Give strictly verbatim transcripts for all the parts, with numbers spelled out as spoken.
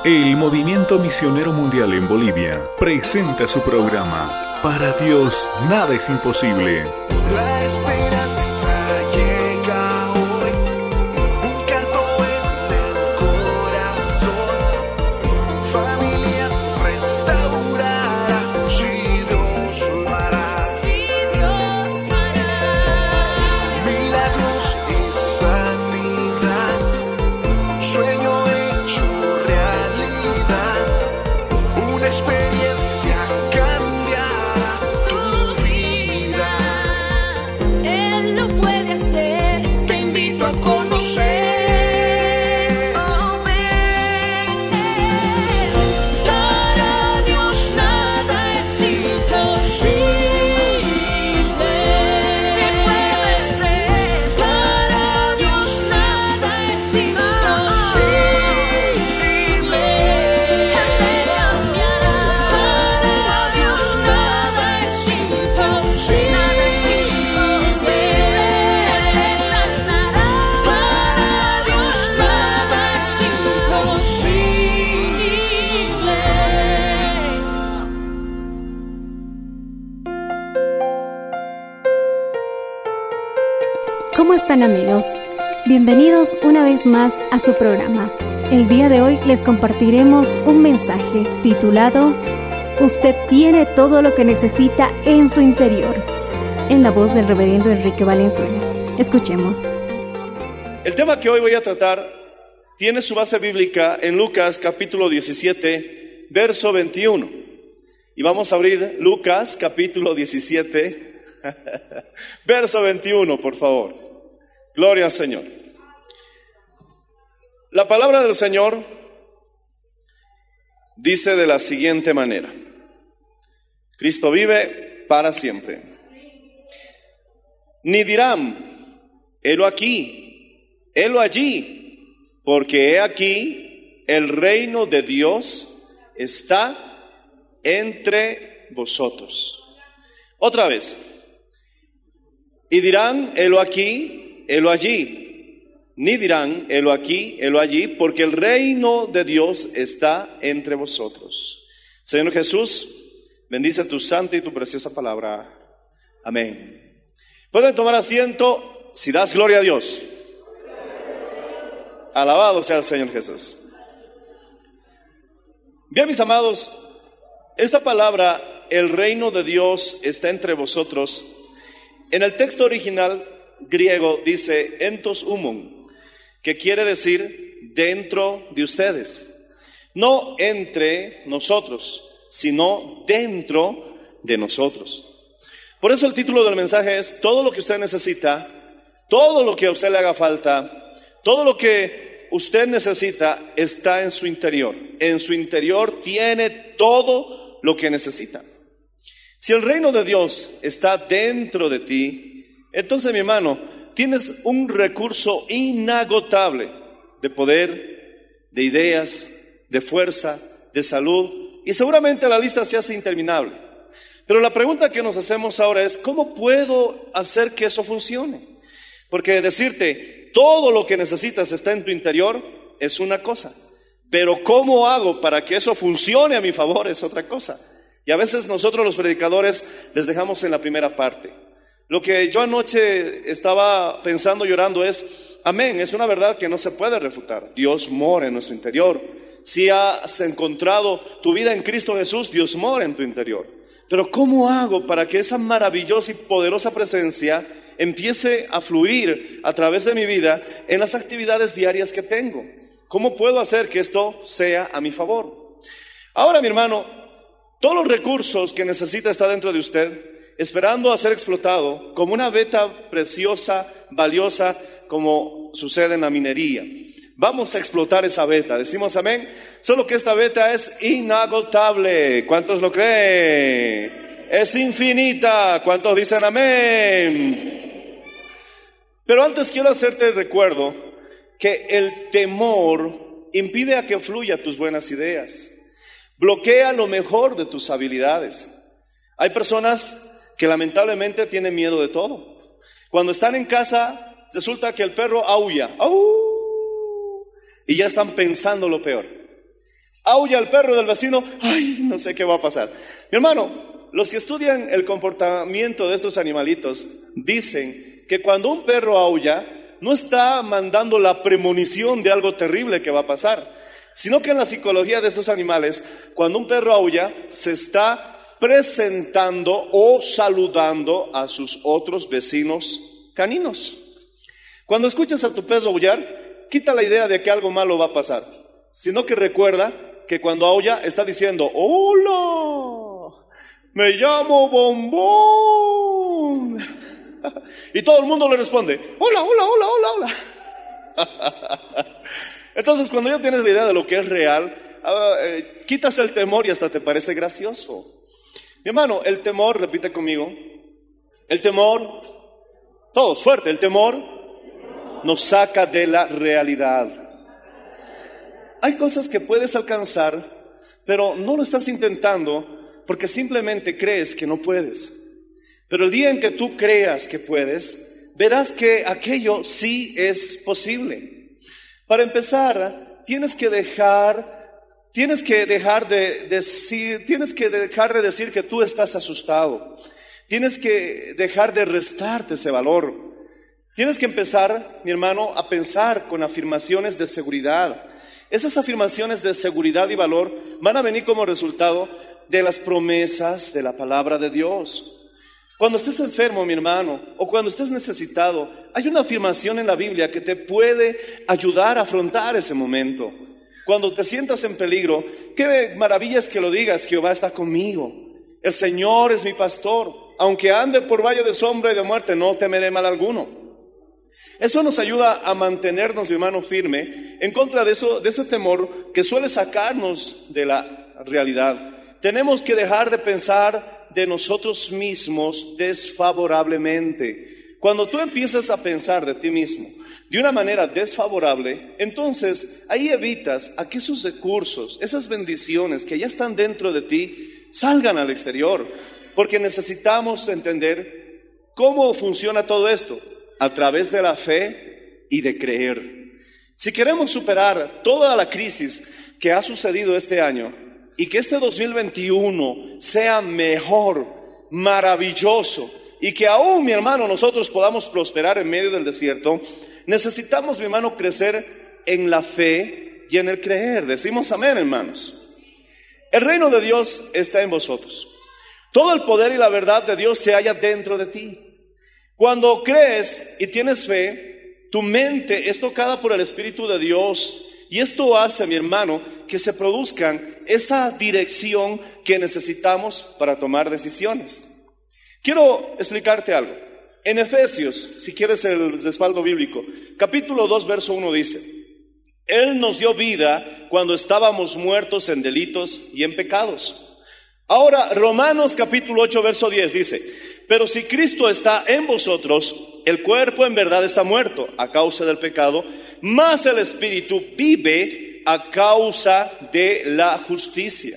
El Movimiento Misionero Mundial en Bolivia presenta su programa Para Dios nada es imposible. La esperanza llega hoy, un canto en el corazón, familias restaurará, si Dios lo hará, si Dios lo hará, milagros y sanidad, sueño hecho realidad, una experiencia cambiará tu vida. Él lo puede hacer, te invito a conocer. Amén. Para Dios nada es imposible. Si puedes creer, para Dios nada es imposible. Él te cambiará. Para Dios nada es imposible. Nada es imposible. Él te sanará. Para Dios nada es imposible. ¿Cómo están, amigos? Bienvenidos una vez más a su programa. El día de hoy les compartiremos un mensaje titulado Usted tiene todo lo que necesita en su interior, en la voz del reverendo Enrique Valenzuela. Escuchemos. El tema que hoy voy a tratar tiene su base bíblica en Lucas capítulo diecisiete, verso veintiuno. Y vamos a abrir Lucas capítulo diecisiete, verso veintiuno, por favor. Gloria al Señor. La palabra del Señor dice de la siguiente manera: Cristo vive para siempre. Ni dirán, helo aquí, helo allí, porque he aquí el reino de Dios está entre vosotros. Otra vez. Y dirán, helo aquí, helo allí. Ni dirán, helo aquí, helo allí, porque el reino de Dios está entre vosotros. Señor Jesús, bendice tu santa y tu preciosa palabra. Amén. Pueden tomar asiento si das gloria a Dios. Alabado sea el Señor Jesús. Bien, mis amados, esta palabra, el reino de Dios está entre vosotros, en el texto original griego dice entos humon, que quiere decir dentro de ustedes, no entre nosotros, sino dentro de nosotros. Por eso el título del mensaje es: todo lo que usted necesita, todo lo que a usted le haga falta, todo lo que usted necesita está en su interior. En su interior tiene todo lo que necesita. Si el reino de Dios está dentro de ti, entonces, mi hermano, tienes un recurso inagotable de poder, de ideas, de fuerza, de salud, y seguramente la lista se hace interminable. Pero la pregunta que nos hacemos ahora es: ¿cómo puedo hacer que eso funcione? Porque decirte todo lo que necesitas está en tu interior es una cosa, pero ¿cómo hago para que eso funcione a mi favor? Es otra cosa. Y a veces nosotros los predicadores les dejamos en la primera parte. Lo que yo anoche estaba pensando, llorando, es, amén, es una verdad que no se puede refutar. Dios mora en nuestro interior. Si has encontrado tu vida en Cristo Jesús, Dios mora en tu interior. Pero ¿cómo hago para que esa maravillosa y poderosa presencia empiece a fluir a través de mi vida en las actividades diarias que tengo? ¿Cómo puedo hacer que esto sea a mi favor? Ahora, mi hermano, todos los recursos que necesita está dentro de usted, esperando a ser explotado como una beta preciosa, valiosa, como sucede en la minería. Vamos a explotar esa beta, decimos amén. Solo que esta beta es inagotable. ¿Cuántos lo creen? Es infinita. ¿Cuántos dicen amén? Pero antes quiero hacerte el recuerdo que el temor impide a que fluya tus buenas ideas. Bloquea lo mejor de tus habilidades. Hay personas que lamentablemente tienen miedo de todo. Cuando están en casa, resulta que el perro aúlla, ¡au!, y ya están pensando lo peor. Aulla el perro del vecino, ay, no sé qué va a pasar. Mi hermano, los que estudian el comportamiento de estos animalitos dicen que cuando un perro aulla, no está mandando la premonición de algo terrible que va a pasar, sino que en la psicología de estos animales, cuando un perro aulla, se está presentando o saludando a sus otros vecinos caninos. Cuando escuchas a tu perro aullar, quita la idea de que algo malo va a pasar, sino que recuerda que cuando aulla está diciendo, hola, me llamo Bombón. Y todo el mundo le responde, hola, hola, hola, hola, hola. Entonces, cuando ya tienes la idea de lo que es real, uh, eh, quitas el temor y hasta te parece gracioso. Mi hermano, el temor, repite conmigo, el temor, todos fuerte, el temor nos saca de la realidad. Hay cosas que puedes alcanzar, pero no lo estás intentando porque simplemente crees que no puedes. Pero el día en que tú creas que puedes, verás que aquello sí es posible. Para empezar, tienes que dejar, tienes que dejar de decir, tienes que dejar de decir que tú estás asustado. Tienes que dejar de restarte ese valor. Tienes que empezar, mi hermano, a pensar con afirmaciones de seguridad. Esas afirmaciones de seguridad y valor van a venir como resultado de las promesas de la palabra de Dios. Cuando estés enfermo, mi hermano, o cuando estés necesitado, hay una afirmación en la Biblia que te puede ayudar a afrontar ese momento. Cuando te sientas en peligro, qué maravilla es que lo digas, Jehová está conmigo. El Señor es mi pastor. Aunque ande por valle de sombra y de muerte, no temeré mal alguno. Eso nos ayuda a mantenernos, mi hermano, firme en contra de eso, de ese temor que suele sacarnos de la realidad. Tenemos que dejar de pensar de nosotros mismos desfavorablemente. Cuando tú empiezas a pensar de ti mismo de una manera desfavorable, entonces ahí evitas a que esos recursos, esas bendiciones que ya están dentro de ti, salgan al exterior. Porque necesitamos entender cómo funciona todo esto. A través de la fe y de creer. Si queremos superar toda la crisis que ha sucedido este año y que este dos mil veintiuno sea mejor, maravilloso y que aún, mi hermano, nosotros podamos prosperar en medio del desierto, necesitamos, mi hermano, crecer en la fe y en el creer. Decimos amén, hermanos. El reino de Dios está en vosotros. Todo el poder y la verdad de Dios se halla dentro de ti. Cuando crees y tienes fe, tu mente es tocada por el Espíritu de Dios y esto hace, mi hermano, que se produzcan esa dirección que necesitamos para tomar decisiones. Quiero explicarte algo. En Efesios, si quieres el respaldo bíblico, capítulo dos, verso uno dice: Él nos dio vida cuando estábamos muertos en delitos y en pecados. Ahora, Romanos capítulo ocho, verso diez dice: Pero si Cristo está en vosotros, el cuerpo en verdad está muerto a causa del pecado, mas el espíritu vive a causa de la justicia.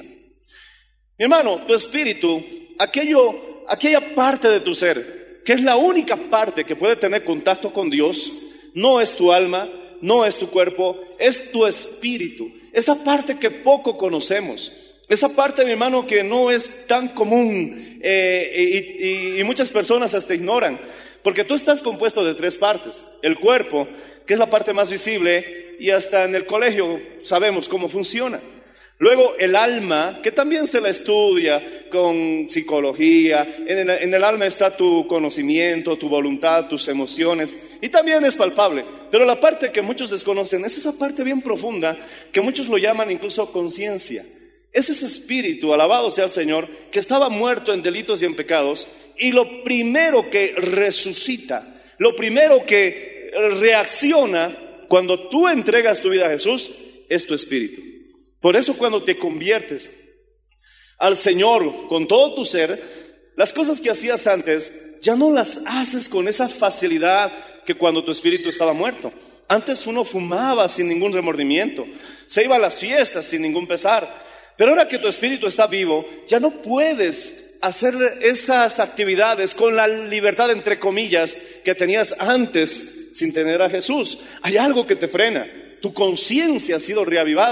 Mi hermano, tu espíritu, aquello, aquella parte de tu ser, que es la única parte que puede tener contacto con Dios, no es tu alma, no es tu cuerpo, es tu espíritu. Esa parte que poco conocemos. Esa parte, mi hermano, que no es tan común eh, y, y, y muchas personas hasta ignoran. Porque tú estás compuesto de tres partes. El cuerpo, que es la parte más visible y hasta en el colegio sabemos cómo funciona. Luego el alma, que también se la estudia con psicología. En el, en el alma está tu conocimiento, tu voluntad, tus emociones. Y también es palpable. Pero la parte que muchos desconocen es esa parte bien profunda que muchos lo llaman incluso conciencia. Es ese espíritu, alabado sea el Señor, que estaba muerto en delitos y en pecados, y lo primero que resucita, lo primero que reacciona cuando tú entregas tu vida a Jesús, es tu espíritu. Por eso cuando te conviertes al Señor con todo tu ser, las cosas que hacías antes, ya no las haces con esa facilidad que cuando tu espíritu estaba muerto. Antes uno fumaba sin ningún remordimiento, se iba a las fiestas sin ningún pesar. Pero ahora que tu espíritu está vivo, ya no puedes hacer esas actividades con la libertad, entre comillas, que tenías antes sin tener a Jesús. Hay algo que te frena. Tu conciencia ha sido reavivada.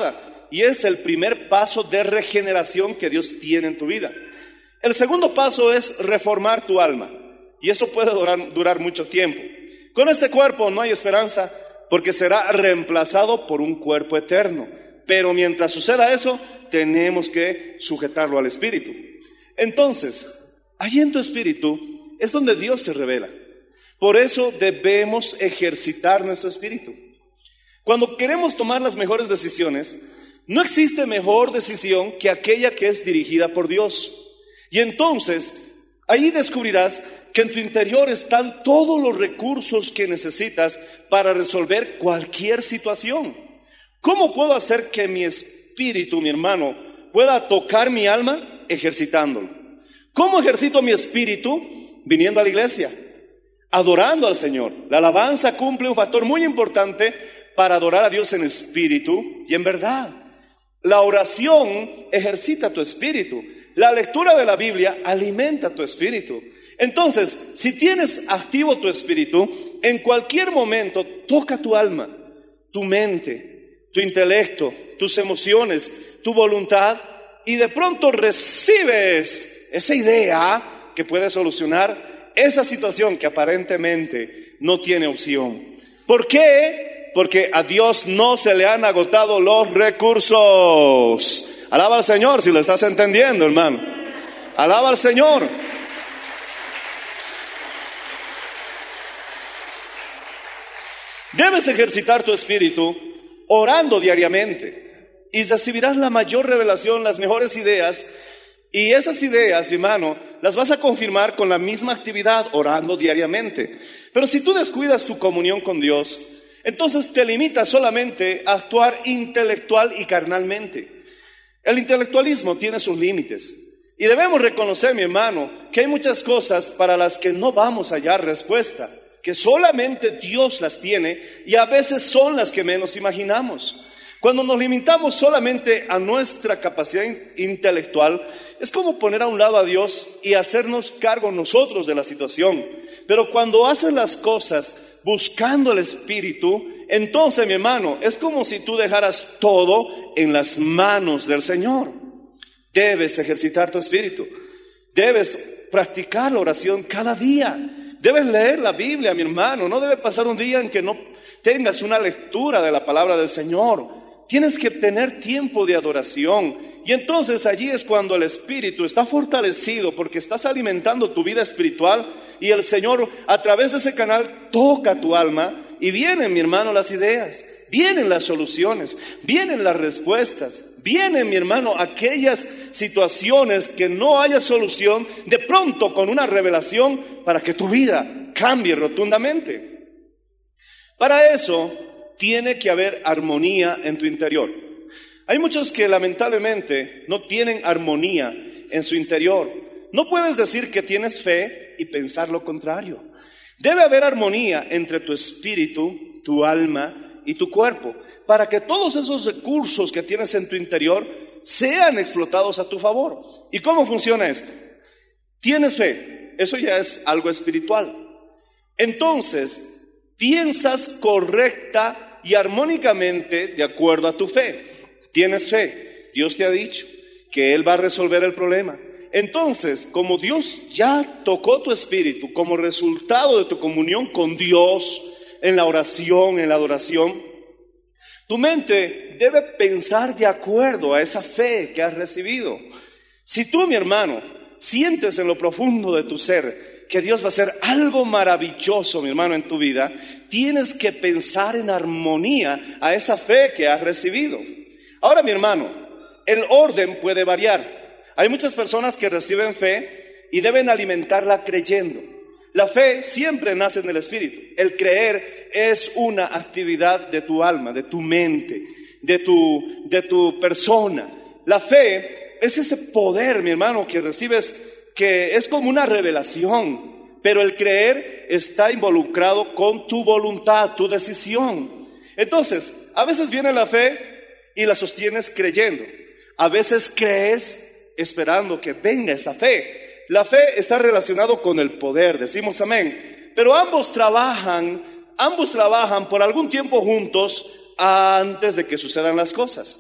y es el primer paso de regeneración que Dios tiene en tu vida. El segundo paso es reformar tu alma, y eso puede durar, durar mucho tiempo. Con este cuerpo no hay esperanza, porque será reemplazado por un cuerpo eterno. Pero mientras suceda eso, tenemos que sujetarlo al Espíritu. Entonces, allí en tu espíritu es donde Dios se revela. Por eso debemos ejercitar nuestro espíritu. Cuando queremos tomar las mejores decisiones, no existe mejor decisión que aquella que es dirigida por Dios. Y entonces, ahí descubrirás que en tu interior están todos los recursos que necesitas para resolver cualquier situación. ¿Cómo puedo hacer que mi espíritu, mi hermano, pueda tocar mi alma? Ejercitándolo. ¿Cómo ejercito mi espíritu? Viniendo a la iglesia, adorando al Señor. La alabanza cumple un factor muy importante para adorar a Dios en espíritu y en verdad. La oración ejercita tu espíritu. La lectura de la Biblia alimenta tu espíritu. Entonces, si tienes activo tu espíritu, en cualquier momento toca tu alma, tu mente, tu intelecto, tus emociones, tu voluntad, y de pronto recibes esa idea que puede solucionar esa situación que aparentemente no tiene opción. ¿Por qué? Porque a Dios no se le han agotado los recursos. Alaba al Señor si lo estás entendiendo, hermano. Alaba al Señor. Debes ejercitar tu espíritu orando diariamente y recibirás la mayor revelación, las mejores ideas. Y esas ideas, hermano, las vas a confirmar con la misma actividad, orando diariamente. Pero si tú descuidas tu comunión con Dios, entonces te limitas solamente a actuar intelectual y carnalmente. El intelectualismo tiene sus límites. Y debemos reconocer, mi hermano, que hay muchas cosas para las que no vamos a hallar respuesta, que solamente Dios las tiene, y a veces son las que menos imaginamos. Cuando nos limitamos solamente a nuestra capacidad intelectual, es como poner a un lado a Dios y hacernos cargo nosotros de la situación. Pero cuando haces las cosas buscando el Espíritu, entonces, mi hermano, es como si tú dejaras todo en las manos del Señor. Debes ejercitar tu espíritu. Debes practicar la oración cada día. Debes leer la Biblia, mi hermano. No debe pasar un día en que no tengas una lectura de la palabra del Señor. Tienes que tener tiempo de adoración. Y entonces allí es cuando el espíritu está fortalecido, porque estás alimentando tu vida espiritual, y el Señor a través de ese canal toca tu alma, y vienen, mi hermano, las ideas, vienen las soluciones, vienen las respuestas, vienen, mi hermano, aquellas situaciones que no haya solución, de pronto con una revelación para que tu vida cambie rotundamente. Para eso tiene que haber armonía en tu interior. Hay muchos que lamentablemente no tienen armonía en su interior. No puedes decir que tienes fe y pensar lo contrario. Debe haber armonía entre tu espíritu, tu alma y tu cuerpo, para que todos esos recursos que tienes en tu interior sean explotados a tu favor. ¿Y cómo funciona esto? Tienes fe, eso ya es algo espiritual. Entonces, piensas correcta y armónicamente de acuerdo a tu fe. Tienes fe, Dios te ha dicho que Él va a resolver el problema. Entonces, como Dios ya tocó tu espíritu como resultado de tu comunión con Dios en la oración, en la adoración, tu mente debe pensar de acuerdo a esa fe que has recibido. Si tú, mi hermano, sientes en lo profundo de tu ser que Dios va a hacer algo maravilloso, mi hermano, en tu vida, tienes que pensar en armonía a esa fe que has recibido. Ahora, mi hermano, el orden puede variar. Hay muchas personas que reciben fe y deben alimentarla creyendo. La fe siempre nace en el espíritu. El creer es una actividad de tu alma, de tu mente, de tu, de tu persona. La fe es ese poder, mi hermano, que recibes, que es como una revelación. Pero el creer está involucrado con tu voluntad, tu decisión. Entonces, a veces viene la fe y la sostienes creyendo. A veces crees esperando que venga esa fe. La fe está relacionado con el poder, decimos amén. Pero ambos trabajan, ambos trabajan por algún tiempo juntos antes de que sucedan las cosas.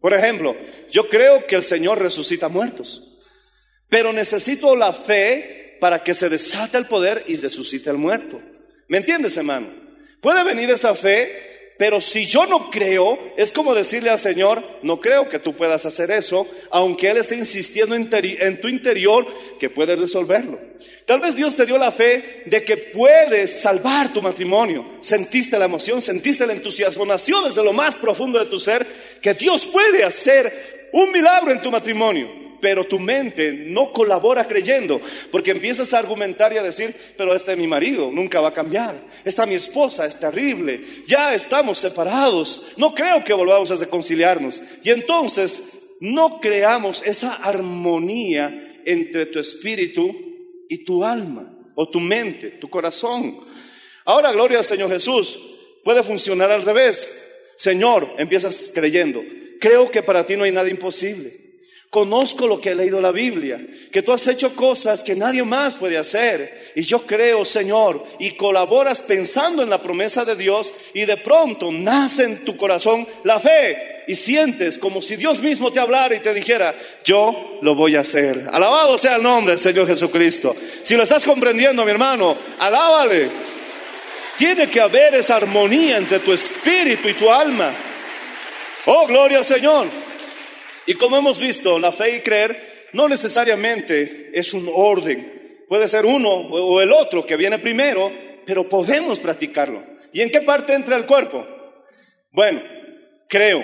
Por ejemplo, yo creo que el Señor resucita muertos, pero necesito la fe para que se desate el poder y resucite el muerto. ¿Me entiendes, hermano? Puede venir esa fe, pero si yo no creo, es como decirle al Señor, no creo que tú puedas hacer eso, aunque Él esté insistiendo en tu interior que puedes resolverlo. Tal vez Dios te dio la fe de que puedes salvar tu matrimonio. Sentiste la emoción, sentiste el entusiasmo, nació desde lo más profundo de tu ser que Dios puede hacer un milagro en tu matrimonio. Pero tu mente no colabora creyendo, porque empiezas a argumentar y a decir, pero este es mi marido, nunca va a cambiar. Esta mi esposa es terrible, ya estamos separados, no creo que volvamos a reconciliarnos. Y entonces no creamos esa armonía entre tu espíritu y tu alma, o tu mente, tu corazón. Ahora, gloria al Señor Jesús, puede funcionar al revés. Señor, empiezas creyendo, creo que para ti no hay nada imposible. Conozco lo que he leído en la Biblia, que tú has hecho cosas que nadie más puede hacer. Y yo creo, Señor, y colaboras pensando en la promesa de Dios, y de pronto nace en tu corazón la fe, y sientes como si Dios mismo te hablara y te dijera, yo lo voy a hacer. Alabado sea el nombre del Señor Jesucristo. Si lo estás comprendiendo, mi hermano, alábale. Tiene que haber esa armonía entre tu espíritu y tu alma. Oh, gloria al Señor. Y como hemos visto, la fe y creer no necesariamente es un orden. Puede ser uno o el otro que viene primero, pero podemos practicarlo. ¿Y en qué parte entra el cuerpo? Bueno, creo,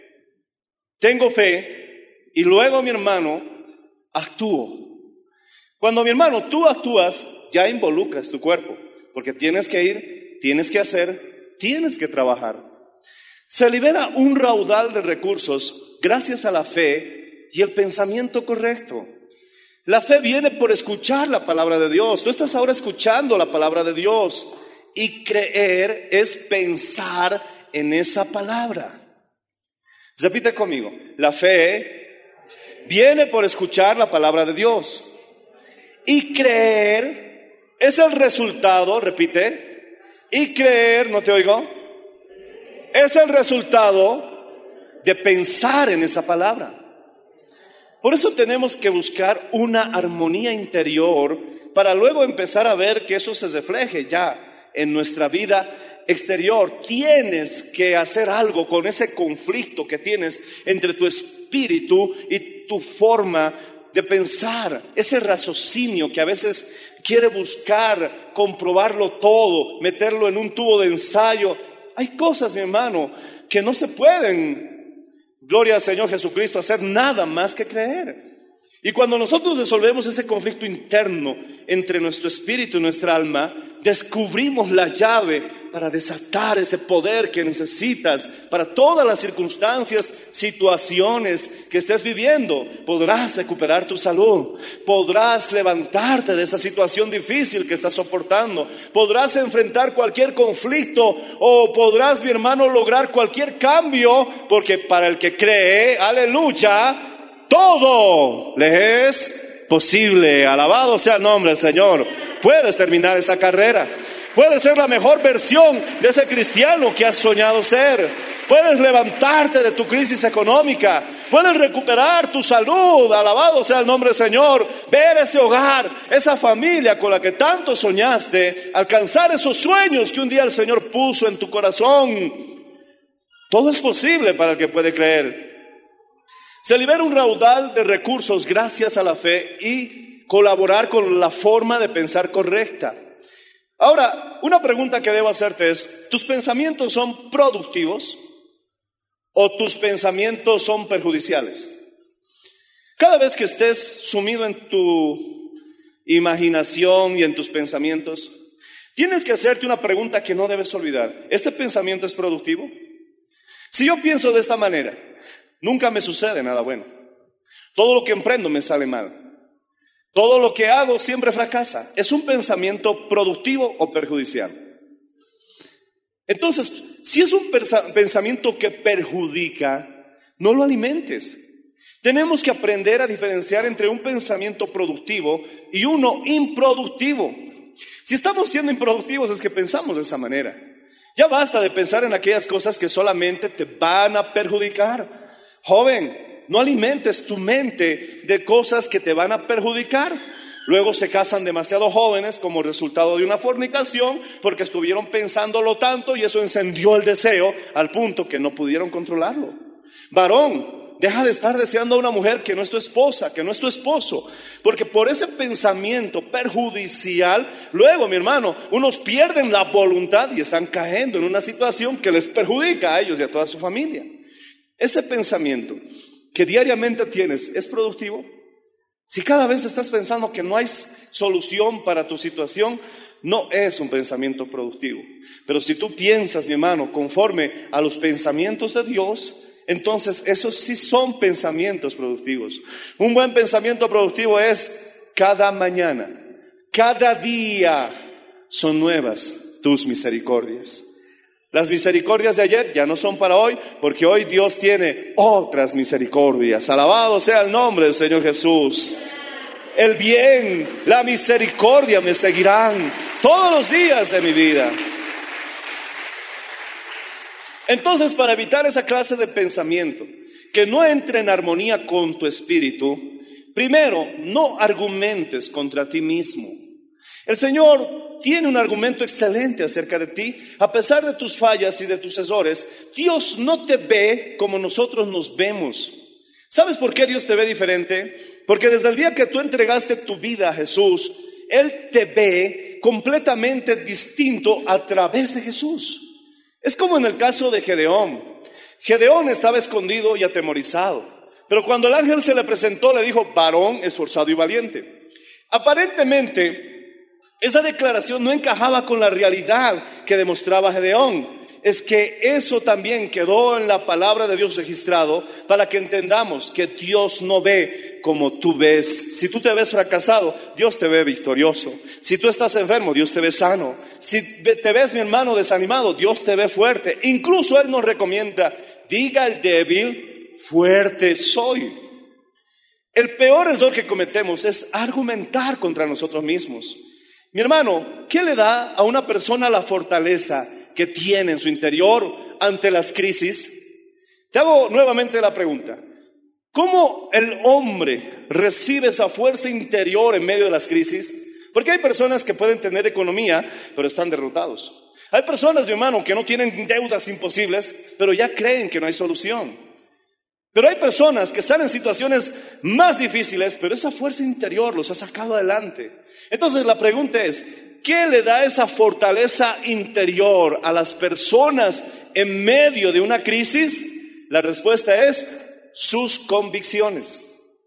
tengo fe y luego, mi hermano, actúo. Cuando, mi hermano, tú actúas, ya involucras tu cuerpo, porque tienes que ir, tienes que hacer, tienes que trabajar. Se libera un raudal de recursos gracias a la fe y el pensamiento correcto. La fe viene por escuchar la palabra de Dios. Tú estás ahora escuchando la palabra de Dios, y creer es pensar en esa palabra. Repite conmigo. La fe viene por escuchar la palabra de Dios, y creer es el resultado. Repite. Y creer, no te oigo, es el resultado de pensar en esa palabra. Por eso tenemos que buscar una armonía interior para luego empezar a ver que eso se refleje ya en nuestra vida exterior. Tienes que hacer algo con ese conflicto que tienes entre tu espíritu y tu forma de pensar, ese raciocinio que a veces quiere buscar comprobarlo todo, meterlo en un tubo de ensayo. Hay cosas, mi hermano, que no se pueden, gloria al Señor Jesucristo, hacer nada más que creer. Y cuando nosotros resolvemos ese conflicto interno entre nuestro espíritu y nuestra alma, descubrimos la llave para desatar ese poder que necesitas para todas las circunstancias, situaciones que estés viviendo. Podrás recuperar tu salud, podrás levantarte de esa situación difícil que estás soportando, podrás enfrentar cualquier conflicto, o podrás, mi hermano, lograr cualquier cambio, porque para el que cree, aleluya, todo le es posible. Alabado sea el nombre del Señor. Puedes terminar esa carrera. Puedes ser la mejor versión de ese cristiano que has soñado ser. Puedes levantarte de tu crisis económica. Puedes recuperar tu salud. Alabado sea el nombre del Señor. Ver ese hogar, esa familia con la que tanto soñaste. Alcanzar esos sueños que un día el Señor puso en tu corazón. Todo es posible para el que puede creer. Se libera un raudal de recursos gracias a la fe y colaborar con la forma de pensar correcta. Ahora, una pregunta que debo hacerte es, ¿tus pensamientos son productivos o tus pensamientos son perjudiciales? Cada vez que estés sumido en tu imaginación y en tus pensamientos, tienes que hacerte una pregunta que no debes olvidar. ¿Este pensamiento es productivo? Si yo pienso de esta manera, nunca me sucede nada bueno. Todo lo que emprendo me sale mal. Todo lo que hago siempre fracasa. ¿Es un pensamiento productivo o perjudicial? Entonces, si es un pensamiento que perjudica, no lo alimentes. Tenemos que aprender a diferenciar entre un pensamiento productivo y uno improductivo. Si estamos siendo improductivos es que pensamos de esa manera. Ya basta de pensar en aquellas cosas que solamente te van a perjudicar. Joven, no alimentes tu mente de cosas que te van a perjudicar. Luego se casan demasiado jóvenes como resultado de una fornicación porque estuvieron pensándolo tanto y eso encendió el deseo al punto que no pudieron controlarlo. Varón, deja de estar deseando a una mujer que no es tu esposa, que no es tu esposo, porque por ese pensamiento perjudicial, luego, mi hermano, unos pierden la voluntad y están cayendo en una situación que les perjudica a ellos y a toda su familia. Ese pensamiento que diariamente tienes, ¿es productivo? Si cada vez estás pensando que no hay solución para tu situación, no es un pensamiento productivo. Pero si tú piensas, mi hermano, conforme a los pensamientos de Dios, entonces esos sí son pensamientos productivos. Un buen pensamiento productivo es: cada mañana, cada día son nuevas tus misericordias. Las misericordias de ayer ya no son para hoy, porque hoy Dios tiene otras misericordias. Alabado sea el nombre del Señor Jesús. El bien, la misericordia me seguirán todos los días de mi vida. Entonces, para evitar esa clase de pensamiento que no entre en armonía con tu espíritu, primero, no argumentes contra ti mismo. El Señor tiene un argumento excelente acerca de ti. A pesar de tus fallas y de tus errores, Dios no te ve como nosotros nos vemos. ¿Sabes por qué Dios te ve diferente? Porque desde el día que tú entregaste tu vida a Jesús, Él te ve completamente distinto a través de Jesús. Es como en el caso de Gedeón. Gedeón estaba escondido y atemorizado, pero cuando el ángel se le presentó, le dijo: varón esforzado y valiente. Aparentemente, esa declaración no encajaba con la realidad que demostraba Gedeón. Es que eso también quedó en la palabra de Dios registrado para que entendamos que Dios no ve como tú ves. Si tú te ves fracasado, Dios te ve victorioso. Si tú estás enfermo, Dios te ve sano. Si te ves, mi hermano, desanimado, Dios te ve fuerte. Incluso Él nos recomienda: diga el débil, fuerte soy. El peor error que cometemos es argumentar contra nosotros mismos. Mi hermano, ¿qué le da a una persona la fortaleza que tiene en su interior ante las crisis? Te hago nuevamente la pregunta: ¿cómo el hombre recibe esa fuerza interior en medio de las crisis? Porque hay personas que pueden tener economía, pero están derrotados. Hay personas, mi hermano, que no tienen deudas imposibles, pero ya creen que no hay solución. Pero hay personas que están en situaciones más difíciles, pero esa fuerza interior los ha sacado adelante. Entonces la pregunta es: ¿qué le da esa fortaleza interior a las personas en medio de una crisis? La respuesta es: sus convicciones.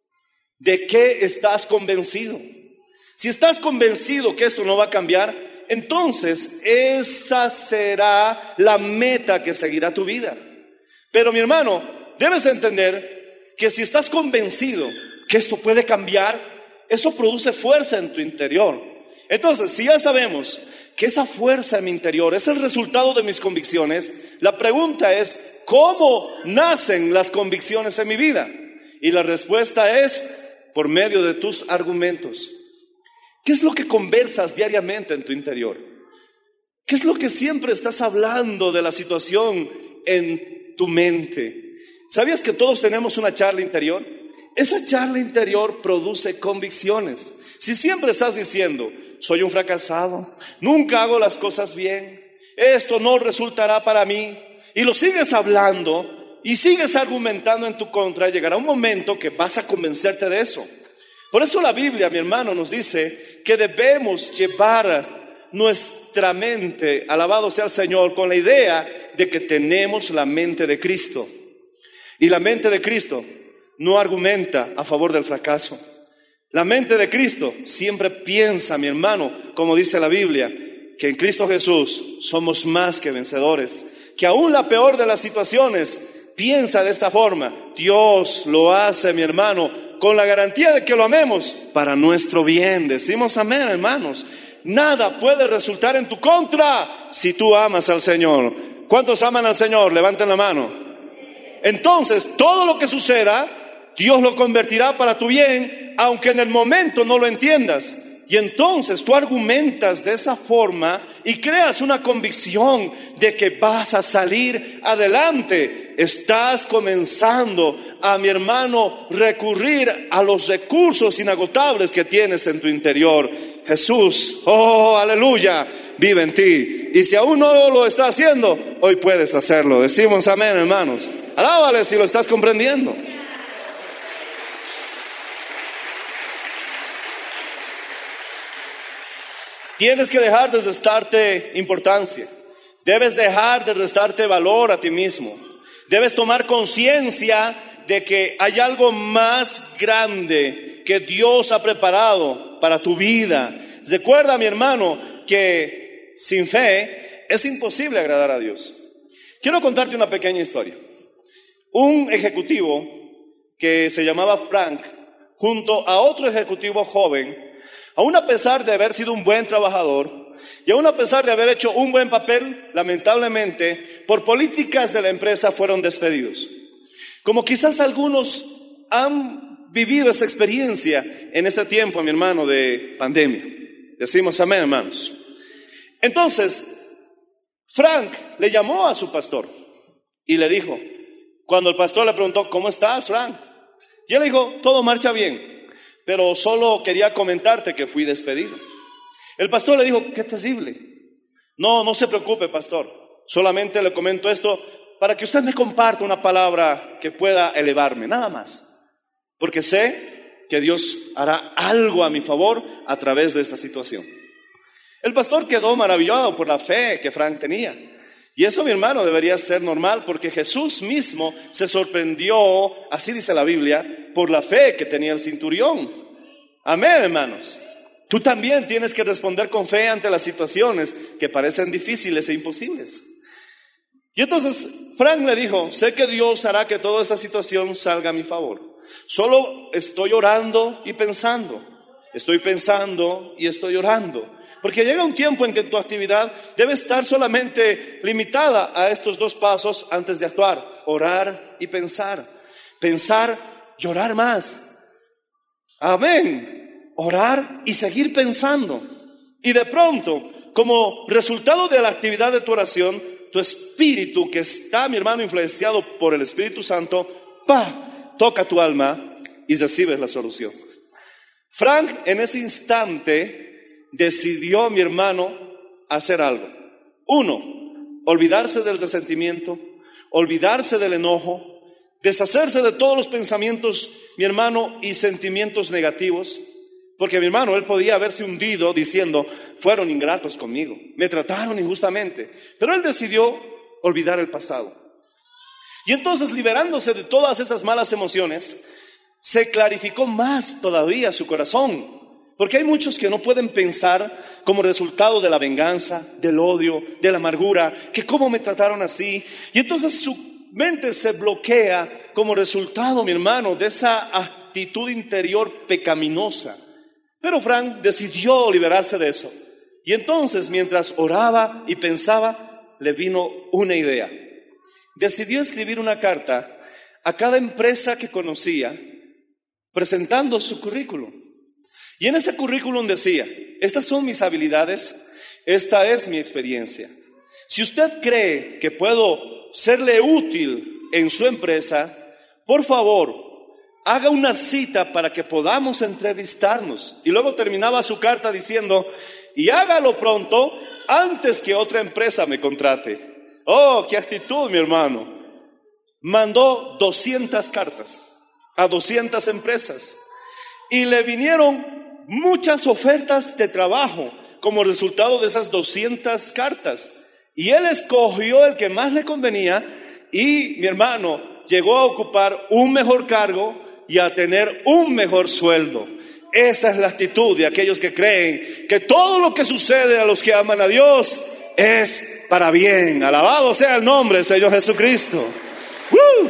¿De qué estás convencido? Si estás convencido que esto no va a cambiar, entonces esa será la meta que seguirá tu vida. Pero mi hermano, debes entender que si estás convencido que esto puede cambiar, eso produce fuerza en tu interior. Entonces, si ya sabemos que esa fuerza en mi interior es el resultado de mis convicciones, la pregunta es: ¿cómo nacen las convicciones en mi vida? Y la respuesta es: por medio de tus argumentos. ¿Qué es lo que conversas diariamente en tu interior? ¿Qué es lo que siempre estás hablando de la situación en tu mente? ¿Sabías que todos tenemos una charla interior? Esa charla interior produce convicciones. Si siempre estás diciendo: soy un fracasado, nunca hago las cosas bien, esto no resultará para mí, y lo sigues hablando y sigues argumentando en tu contra, llegará un momento que vas a convencerte de eso. Por eso la Biblia, mi hermano, nos dice que debemos llevar nuestra mente, alabado sea el Señor, con la idea de que tenemos la mente de Cristo. Y la mente de Cristo no argumenta a favor del fracaso. La mente de Cristo siempre piensa, mi hermano, como dice la Biblia, que en Cristo Jesús somos más que vencedores. Que aún la peor de las situaciones piensa de esta forma: Dios lo hace, mi hermano, con la garantía de que lo amemos para nuestro bien. Decimos amén, hermanos. Nada puede resultar en tu contra si tú amas al Señor. ¿Cuántos aman al Señor? Levanten la mano. Entonces, todo lo que suceda, Dios lo convertirá para tu bien, aunque en el momento no lo entiendas. Y entonces tú argumentas de esa forma y creas una convicción de que vas a salir adelante. estás comenzando a, mi hermano, recurrir a los recursos inagotables que tienes en tu interior. Jesús, oh, aleluya, vive en ti. Y si aún no lo está haciendo, hoy puedes hacerlo. Decimos amén, hermanos. Alábale si lo estás comprendiendo. Tienes que dejar de restarte importancia. Debes dejar de restarte valor a ti mismo. Debes tomar conciencia de que hay algo más grande que Dios ha preparado para tu vida. Recuerda, mi hermano, que sin fe es imposible agradar a Dios. Quiero contarte una pequeña historia. Un ejecutivo que se llamaba Frank, junto a otro ejecutivo joven, aún a pesar de haber sido un buen trabajador y aún a pesar de haber hecho un buen papel, lamentablemente, por políticas de la empresa fueron despedidos. Como quizás algunos han vivido esa experiencia en este tiempo, mi hermano, de pandemia. Decimos amén, hermanos. Entonces, Frank le llamó a su pastor y le dijo, cuando el pastor le preguntó, ¿cómo estás, Frank? Y él le dijo, todo marcha bien. Pero solo quería comentarte que fui despedido. El pastor le dijo, qué terrible. No, no se preocupe, pastor. Solamente le comento esto para que usted me comparta una palabra que pueda elevarme, nada más. Porque sé que Dios hará algo a mi favor a través de esta situación. El pastor quedó maravillado por la fe que Frank tenía. Y eso, mi hermano, debería ser normal, porque Jesús mismo se sorprendió, así dice la Biblia, por la fe que tenía el centurión. Amén, hermanos. Tú también tienes que responder con fe ante las situaciones que parecen difíciles e imposibles. Y entonces Frank le dijo, sé que Dios hará que toda esta situación salga a mi favor. Solo estoy orando y pensando. Estoy pensando y estoy orando. Porque llega un tiempo en que tu actividad debe estar solamente limitada a estos dos pasos antes de actuar. Orar y pensar. Pensar y orar más. Amén. Orar y seguir pensando. Y de pronto, como resultado de la actividad de tu oración, tu espíritu, que está, mi hermano, influenciado por el Espíritu Santo, ¡pah!, toca tu alma y recibes la solución. Frank en ese instante decidió, mi hermano, hacer algo. Uno, olvidarse del resentimiento, olvidarse del enojo, deshacerse de todos los pensamientos, mi hermano, y sentimientos negativos. Porque, mi hermano, él podía haberse hundido diciendo, fueron ingratos conmigo, me trataron injustamente. Pero él decidió olvidar el pasado. Y entonces, liberándose de todas esas malas emociones, se clarificó más todavía su corazón. Porque hay muchos que no pueden pensar como resultado de la venganza, del odio, de la amargura, que cómo me trataron así. Y entonces su mente se bloquea como resultado, mi hermano, de esa actitud interior pecaminosa. Pero Frank decidió liberarse de eso. Y entonces, mientras oraba y pensaba, le vino una idea. Decidió escribir una carta a cada empresa que conocía, presentando su currículum. Y en ese currículum decía, estas son mis habilidades, esta es mi experiencia. Si usted cree que puedo serle útil en su empresa, por favor, haga una cita para que podamos entrevistarnos. Y luego terminaba su carta diciendo, y hágalo pronto antes que otra empresa me contrate. Oh, qué actitud, mi hermano. Mandó doscientas cartas a doscientas empresas y le vinieron muchas ofertas de trabajo como resultado de esas doscientas cartas. Y él escogió el que más le convenía y, mi hermano, llegó a ocupar un mejor cargo y a tener un mejor sueldo. Esa es la actitud de aquellos que creen que todo lo que sucede a los que aman a Dios es para bien. Alabado sea el nombre del Señor Jesucristo. ¡Uh!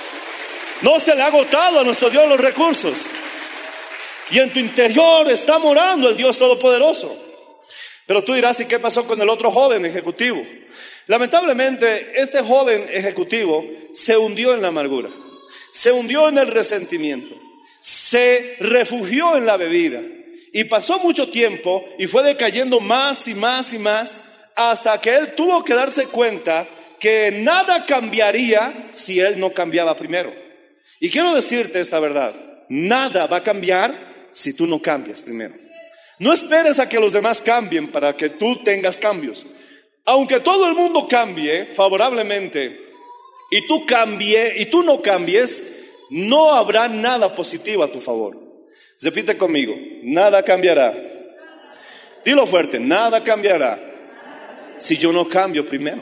No se le ha agotado a nuestro Dios los recursos. Y en tu interior está morando el Dios Todopoderoso. Pero tú dirás, ¿y qué pasó con el otro joven ejecutivo? Lamentablemente, este joven ejecutivo se hundió en la amargura. Se hundió en el resentimiento, se refugió en la bebida y pasó mucho tiempo y fue decayendo más y más y más hasta que él tuvo que darse cuenta que nada cambiaría si él no cambiaba primero. Y quiero decirte esta verdad: nada va a cambiar si tú no cambias primero. No esperes a que los demás cambien para que tú tengas cambios. Aunque todo el mundo cambie favorablemente y tú cambie y tú no cambies, no habrá nada positivo a tu favor. Repite conmigo: nada cambiará. Dilo fuerte: nada cambiará si yo no cambio primero.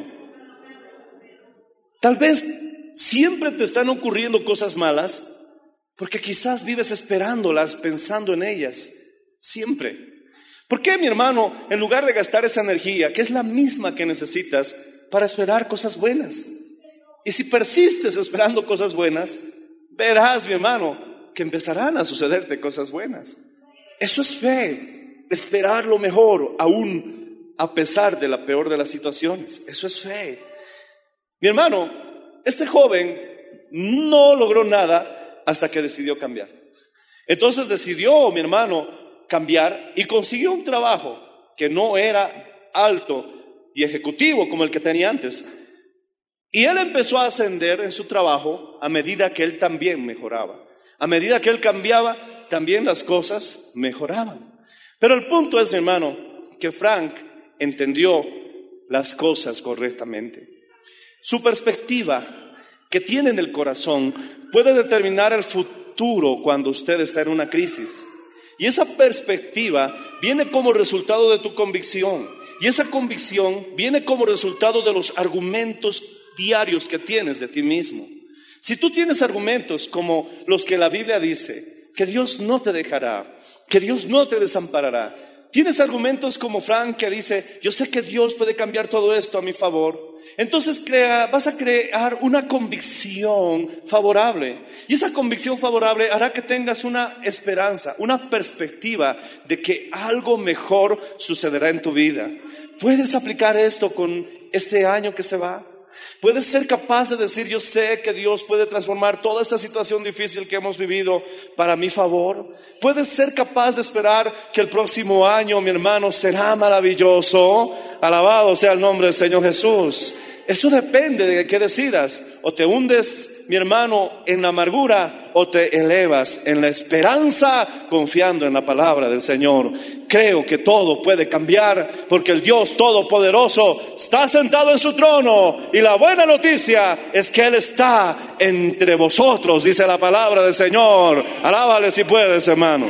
Tal vez siempre te están ocurriendo cosas malas porque quizás vives esperándolas, pensando en ellas siempre. ¿Por qué, mi hermano, en lugar de gastar esa energía, que es la misma que necesitas para esperar cosas buenas? Y si persistes esperando cosas buenas, verás, mi hermano, que empezarán a sucederte cosas buenas. Eso es fe, esperar lo mejor, aún a pesar de la peor de las situaciones. Eso es fe. Mi hermano, este joven no logró nada hasta que decidió cambiar. Entonces decidió, mi hermano, cambiar y consiguió un trabajo que no era alto y ejecutivo como el que tenía antes. Y él empezó a ascender en su trabajo a medida que él también mejoraba. A medida que él cambiaba, también las cosas mejoraban. Pero el punto es, mi hermano, que Frank entendió las cosas correctamente. Su perspectiva que tiene en el corazón puede determinar el futuro cuando usted está en una crisis. Y esa perspectiva viene como resultado de tu convicción. Y esa convicción viene como resultado de los argumentos diarios que tienes de ti mismo. Si tú tienes argumentos como los que la Biblia dice, que Dios no te dejará, que Dios no te desamparará. Tienes argumentos como Frank, que dice, yo sé que Dios puede cambiar todo esto a mi favor. Entonces crea, vas a crear una convicción favorable. Y esa convicción favorable hará que tengas una esperanza, una perspectiva de que algo mejor sucederá en tu vida. ¿Puedes aplicar esto con este año que se va? ¿Puedes ser capaz de decir, yo sé que Dios puede transformar toda esta situación difícil que hemos vivido para mi favor? ¿Puedes ser capaz de esperar que el próximo año, mi hermano, será maravilloso? Alabado sea el nombre del Señor Jesús. Eso depende de qué decidas. O te hundes, mi hermano, en la amargura, o te elevas en la esperanza, confiando en la palabra del Señor. Creo que todo puede cambiar, porque el Dios Todopoderoso está sentado en su trono, y la buena noticia es que Él está entre vosotros, dice la palabra del Señor. Alábale si puedes, hermano.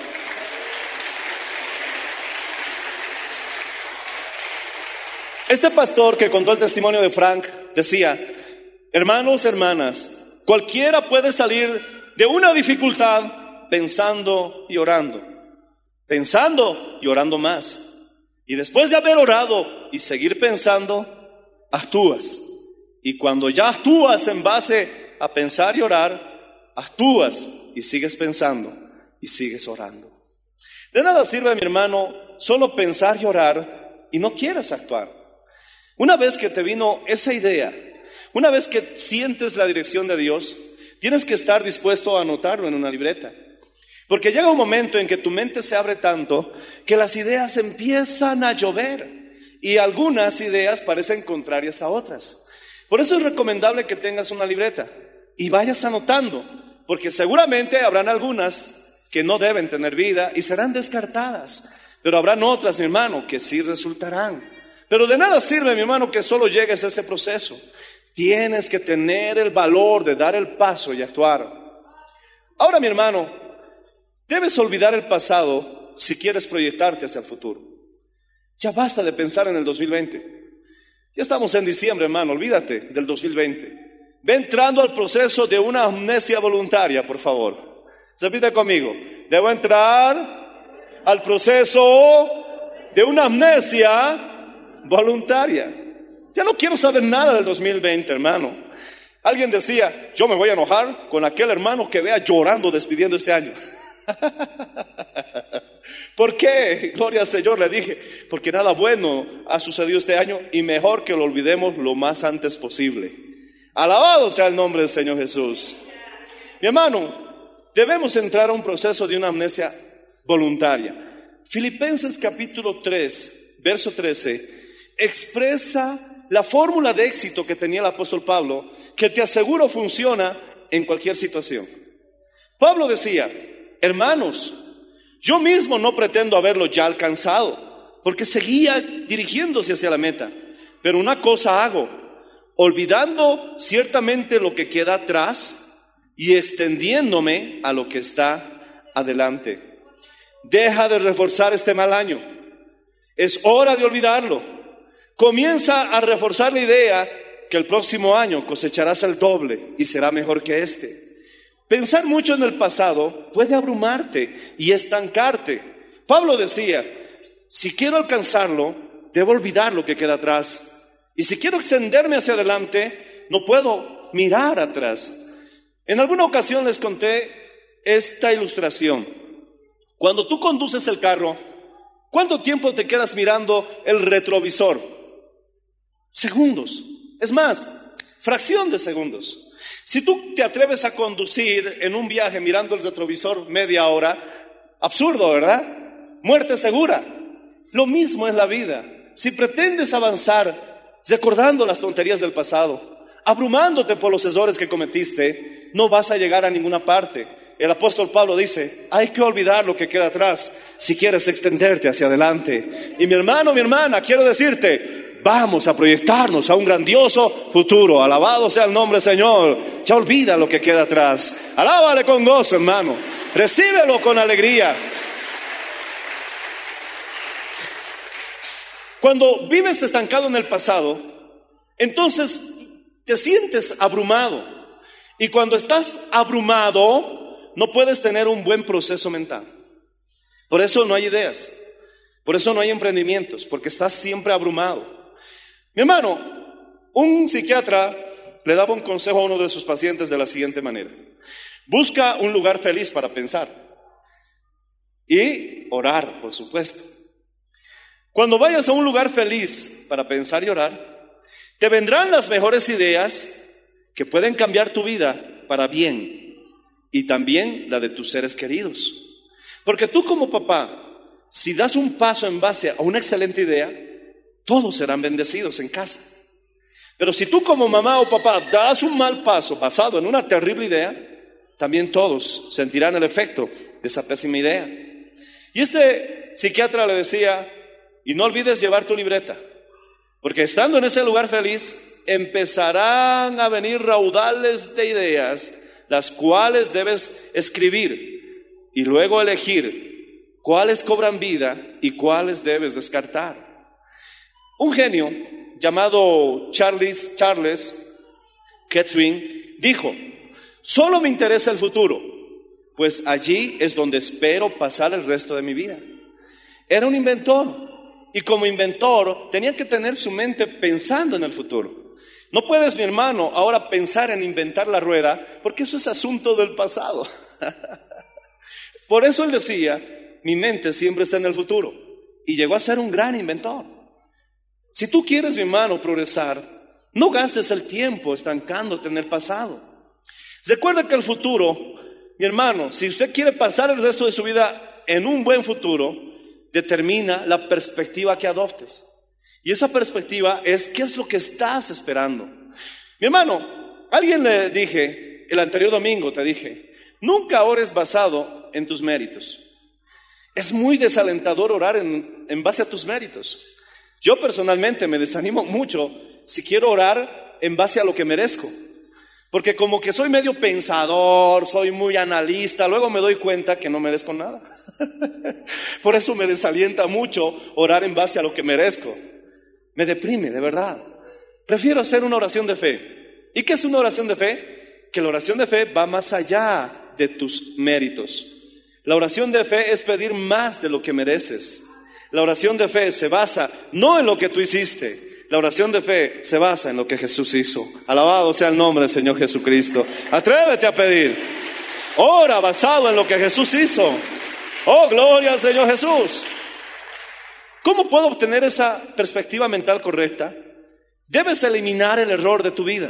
Este pastor que contó el testimonio de Frank decía, hermanos, hermanas, cualquiera puede salir de una dificultad pensando y orando, pensando y orando más. Y después de haber orado y seguir pensando, actúas. Y cuando ya actúas en base a pensar y orar, actúas y sigues pensando y sigues orando. De nada sirve, mi hermano, solo pensar y orar y no quieras actuar. Una vez que te vino esa idea, una vez que sientes la dirección de Dios, tienes que estar dispuesto a anotarlo en una libreta. Porque llega un momento en que tu mente se abre tanto que las ideas empiezan a llover y algunas ideas parecen contrarias a otras. Por eso es recomendable que tengas una libreta y vayas anotando, porque seguramente habrán algunas que no deben tener vida y serán descartadas, pero habrán otras, mi hermano, que sí resultarán. Pero de nada sirve, mi hermano, que solo llegues a ese proceso. Tienes que tener el valor de dar el paso y actuar. Ahora, mi hermano, debes olvidar el pasado si quieres proyectarte hacia el futuro. Ya basta de pensar en el dos mil veinte. Ya estamos en diciembre, hermano, olvídate del dos mil veinte. Ve entrando al proceso de una amnesia voluntaria, por favor. Repita conmigo. Debo entrar al proceso de una amnesia voluntaria. Ya no quiero saber nada del dos mil veinte, hermano. Alguien decía, yo me voy a enojar con aquel hermano que vea llorando despidiendo este año. ¿Por qué? Gloria al Señor, le dije, porque nada bueno ha sucedido este año y mejor que lo olvidemos lo más antes posible. Alabado sea el nombre del Señor Jesús. Mi hermano, debemos entrar a un proceso de una amnesia voluntaria. Filipenses capítulo tres, verso trece, expresa la fórmula de éxito que tenía el apóstol Pablo, que te aseguro funciona en cualquier situación. Pablo decía: hermanos, yo mismo no pretendo haberlo ya alcanzado, porque seguía dirigiéndose hacia la meta. Pero una cosa hago, olvidando ciertamente lo que queda atrás y extendiéndome a lo que está adelante. Deja de reforzar este mal año. Es hora de olvidarlo. Comienza a reforzar la idea que el próximo año cosecharás el doble y será mejor que este. Pensar mucho en el pasado puede abrumarte y estancarte. Pablo decía: si quiero alcanzarlo, debo olvidar lo que queda atrás. Y si quiero extenderme hacia adelante, no puedo mirar atrás. En alguna ocasión les conté esta ilustración. Cuando tú conduces el carro, ¿cuánto tiempo te quedas mirando el retrovisor? Segundos. Es más, fracción de segundos. Si tú te atreves a conducir en un viaje mirando el retrovisor media hora, absurdo, ¿verdad? Muerte segura. Lo mismo es la vida. Si pretendes avanzar recordando las tonterías del pasado, abrumándote por los errores que cometiste, no vas a llegar a ninguna parte. El apóstol Pablo dice: hay que olvidar lo que queda atrás si quieres extenderte hacia adelante. Y mi hermano, mi hermana, quiero decirte: vamos a proyectarnos a un grandioso futuro. Alabado sea el nombre del Señor. Ya olvida lo que queda atrás. Alábale con gozo, hermano. Recíbelo con alegría. Cuando vives estancado en el pasado, entonces te sientes abrumado. Y cuando estás abrumado, no puedes tener un buen proceso mental. Por eso no hay ideas. Por eso no hay emprendimientos, porque estás siempre abrumado. Mi hermano, un psiquiatra le daba un consejo a uno de sus pacientes de la siguiente manera: busca un lugar feliz para pensar y orar, por supuesto. Cuando vayas a un lugar feliz para pensar y orar, te vendrán las mejores ideas que pueden cambiar tu vida para bien y también la de tus seres queridos. Porque tú como papá, si das un paso en base a una excelente idea, todos serán bendecidos en casa. Pero si tú como mamá o papá das un mal paso basado en una terrible idea, también todos sentirán el efecto de esa pésima idea. Y este psiquiatra le decía: y no olvides llevar tu libreta, porque estando en ese lugar feliz, empezarán a venir raudales de ideas, las cuales debes escribir y luego elegir cuáles cobran vida y cuáles debes descartar. Un genio llamado Charles, Charles Kettering dijo: solo me interesa el futuro, pues allí es donde espero pasar el resto de mi vida. Era un inventor, y como inventor tenía que tener su mente pensando en el futuro. No puedes, mi hermano, ahora pensar en inventar la rueda, porque eso es asunto del pasado. Por eso él decía: mi mente siempre está en el futuro. Y llegó a ser un gran inventor. Si tú quieres, mi hermano, progresar, no gastes el tiempo estancándote en el pasado. Recuerda que el futuro, mi hermano, si usted quiere pasar el resto de su vida en un buen futuro, determina la perspectiva que adoptes. Y esa perspectiva es: ¿qué es lo que estás esperando? Mi hermano, alguien le dije, el anterior domingo te dije: nunca ores basado en tus méritos. Es muy desalentador orar en, en base a tus méritos. Yo personalmente me desanimo mucho si quiero orar en base a lo que merezco, porque como que soy medio pensador, soy muy analista, luego me doy cuenta que no merezco nada. Por eso me desalienta mucho orar en base a lo que merezco. Me deprime, de verdad. Prefiero hacer una oración de fe. ¿Y qué es una oración de fe? Que la oración de fe va más allá de tus méritos. La oración de fe es pedir más de lo que mereces. La oración de fe se basa no en lo que tú hiciste. La oración de fe se basa en lo que Jesús hizo. Alabado sea el nombre del Señor Jesucristo. Atrévete a pedir. Ora basado en lo que Jesús hizo. Oh, gloria al Señor Jesús. ¿Cómo puedo obtener esa perspectiva mental correcta? Debes eliminar el error de tu vida.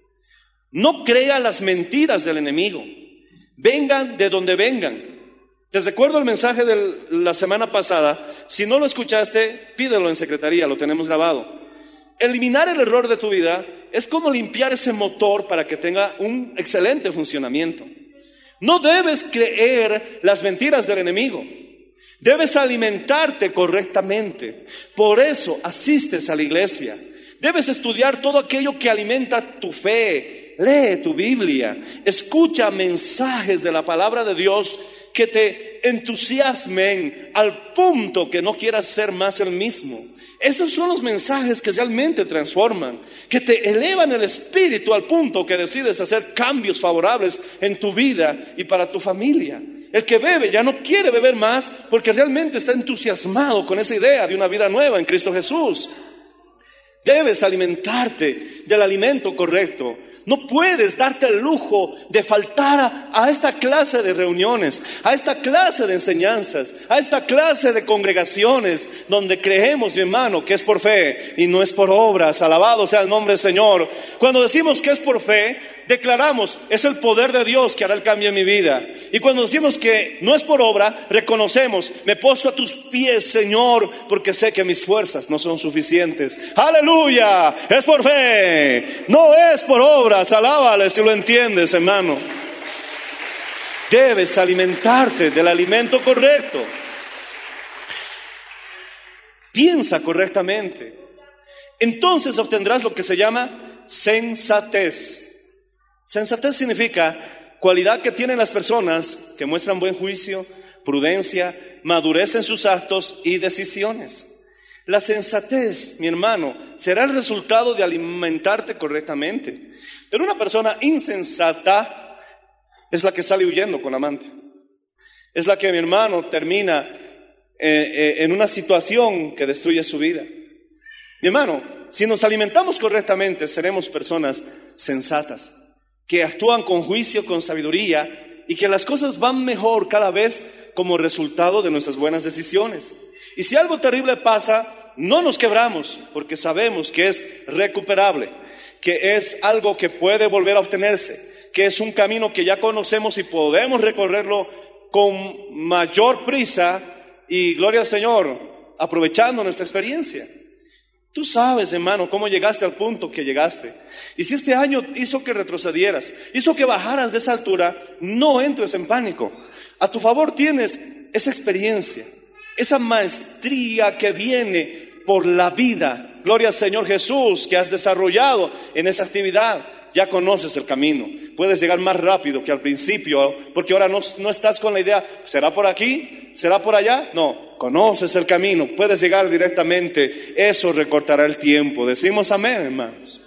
No crea las mentiras del enemigo. Vengan de donde vengan. Les recuerdo el mensaje de la semana pasada. Si no lo escuchaste, pídelo en secretaría, lo tenemos grabado. eliminar el error de tu vida es como limpiar ese motor para que tenga un excelente funcionamiento. No debes creer las mentiras del enemigo. Debes alimentarte correctamente. Por eso asistes a la iglesia. Debes estudiar todo aquello que alimenta tu fe. Lee tu Biblia. Escucha mensajes de la palabra de Dios que te entusiasmen al punto que no quieras ser más el mismo. Esos son los mensajes que realmente transforman, que te elevan el espíritu al punto que decides hacer cambios favorables en tu vida y para tu familia. El que bebe ya no quiere beber más porque realmente está entusiasmado con esa idea de una vida nueva en Cristo Jesús. Debes alimentarte del alimento correcto. No puedes darte el lujo de faltar a, a esta clase de reuniones, a esta clase de enseñanzas, a esta clase de congregaciones donde creemos, mi hermano, que es por fe y no es por obras. Alabado sea el nombre del Señor. Cuando decimos que es por fe, declaramos, es el poder de Dios que hará el cambio en mi vida. Y cuando decimos que no es por obra, reconocemos, me postro a tus pies, Señor, porque sé que mis fuerzas no son suficientes. Aleluya, es por fe, no es por obras. Alábale si lo entiendes, hermano. Debes alimentarte del alimento correcto. Piensa correctamente. Entonces obtendrás lo que se llama sensatez. Sensatez significa cualidad que tienen las personas que muestran buen juicio, prudencia, madurez en sus actos y decisiones. La sensatez, mi hermano, será el resultado de alimentarte correctamente. Pero una persona insensata es la que sale huyendo con la amante. Es la que, mi hermano, termina eh, eh, en una situación que destruye su vida. Mi hermano, si nos alimentamos correctamente, seremos personas sensatas, que actúan con juicio, con sabiduría, y que las cosas van mejor cada vez como resultado de nuestras buenas decisiones. Y si algo terrible pasa, no nos quebramos, porque sabemos que es recuperable, que es algo que puede volver a obtenerse, que es un camino que ya conocemos y podemos recorrerlo con mayor prisa y, gloria al Señor, aprovechando nuestra experiencia. Tú sabes, hermano, cómo llegaste al punto que llegaste. Y si este año hizo que retrocedieras, hizo que bajaras de esa altura, no entres en pánico. A tu favor tienes esa experiencia, esa maestría que viene por la vida, gloria al Señor Jesús, que has desarrollado en esa actividad. Ya conoces el camino, puedes llegar más rápido que al principio, porque ahora no, no estás con la idea, ¿será por aquí? ¿Será por allá? No, conoces el camino, puedes llegar directamente. Eso recortará el tiempo. Decimos amén, hermanos.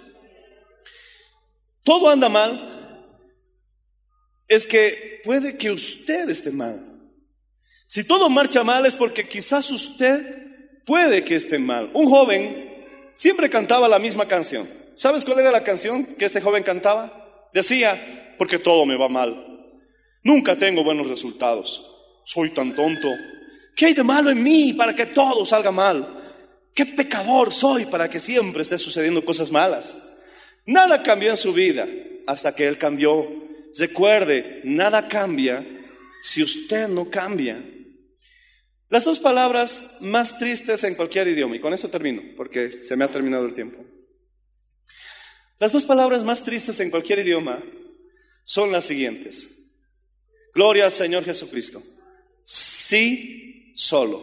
Todo anda mal, es que puede que usted esté mal. Si todo marcha mal es porque quizás usted puede que esté mal. Un joven siempre cantaba la misma canción. ¿Sabes cuál era la canción que este joven cantaba? Decía, porque todo me va mal, nunca tengo buenos resultados, soy tan tonto. ¿Qué hay de malo en mí para que todo salga mal? ¿Qué pecador soy para que siempre esté sucediendo cosas malas? Nada cambió en su vida hasta que él cambió. Recuerde, nada cambia si usted no cambia. Las dos palabras más tristes en cualquier idioma, y con eso termino, porque se me ha terminado el tiempo. Las dos palabras más tristes en cualquier idioma son las siguientes. Gloria al Señor Jesucristo. Sí, solo.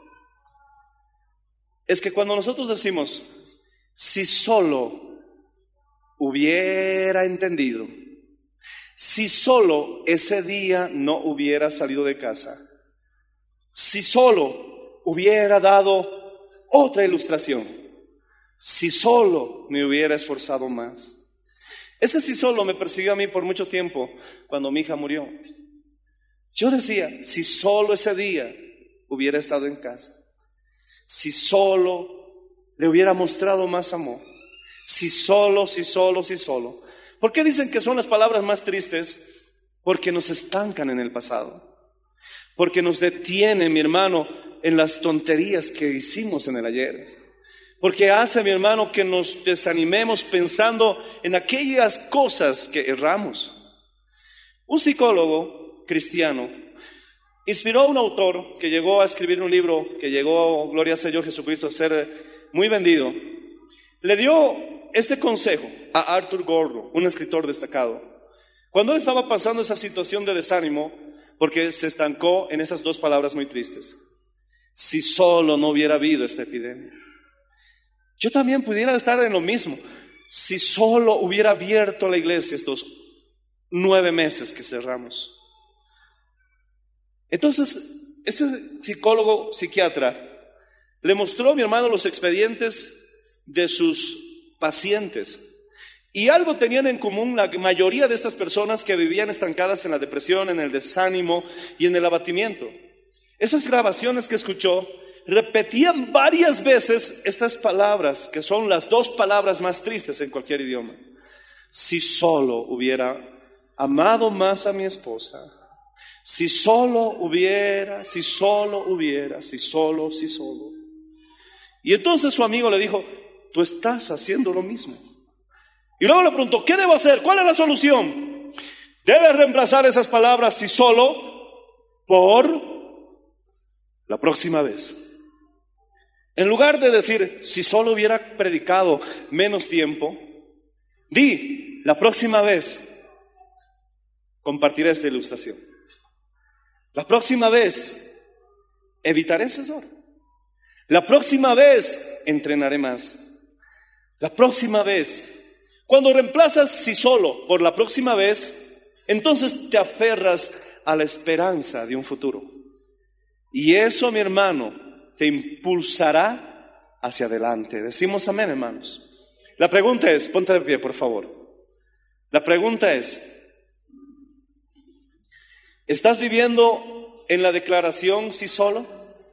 Es que cuando nosotros decimos, si solo hubiera entendido, si solo ese día no hubiera salido de casa, si solo hubiera dado otra ilustración, si solo me hubiera esforzado más. Ese si solo me persiguió a mí por mucho tiempo cuando mi hija murió. Yo decía, si solo ese día hubiera estado en casa, si solo le hubiera mostrado más amor, si solo, si solo, si solo. ¿Por qué dicen que son las palabras más tristes? Porque nos estancan en el pasado, porque nos detienen, mi hermano, en las tonterías que hicimos en el ayer. Porque hace, mi hermano, que nos desanimemos pensando en aquellas cosas que erramos. Un psicólogo cristiano inspiró a un autor que llegó a escribir un libro, que llegó, gloria al Señor Jesucristo, a ser muy vendido. le dio este consejo a Arthur Gordo, un escritor destacado, cuando él estaba pasando esa situación de desánimo, porque se estancó en esas dos palabras muy tristes: si solo no hubiera habido esta epidemia. Yo también pudiera estar en lo mismo. Si solo hubiera abierto la iglesia estos nueve meses que cerramos. Entonces, este psicólogo psiquiatra le mostró a mi hermano los expedientes de sus pacientes. Y algo tenían en común la mayoría de estas personas que vivían estancadas en la depresión, en el desánimo y en el abatimiento. Esas grabaciones que escuchó repetían varias veces estas palabras, que son las dos palabras más tristes en cualquier idioma. Si solo hubiera amado más a mi esposa, si solo hubiera, si solo hubiera, si solo, si solo. Y entonces su amigo le dijo: tú estás haciendo lo mismo. Y luego le preguntó: ¿qué debo hacer? ¿Cuál es la solución? Debes reemplazar esas palabras si solo por la próxima vez. En lugar de decir si solo hubiera predicado menos tiempo, di: la próxima vez compartiré esta ilustración. La próxima vez evitaré ese error. La próxima vez entrenaré más. La próxima vez. Cuando reemplazas si solo por la próxima vez, entonces te aferras a la esperanza de un futuro. Y eso, mi hermano, te impulsará hacia adelante. Decimos amén, hermanos. La pregunta es, ponte de pie, por favor. La pregunta es, ¿estás viviendo en la declaración sí solo?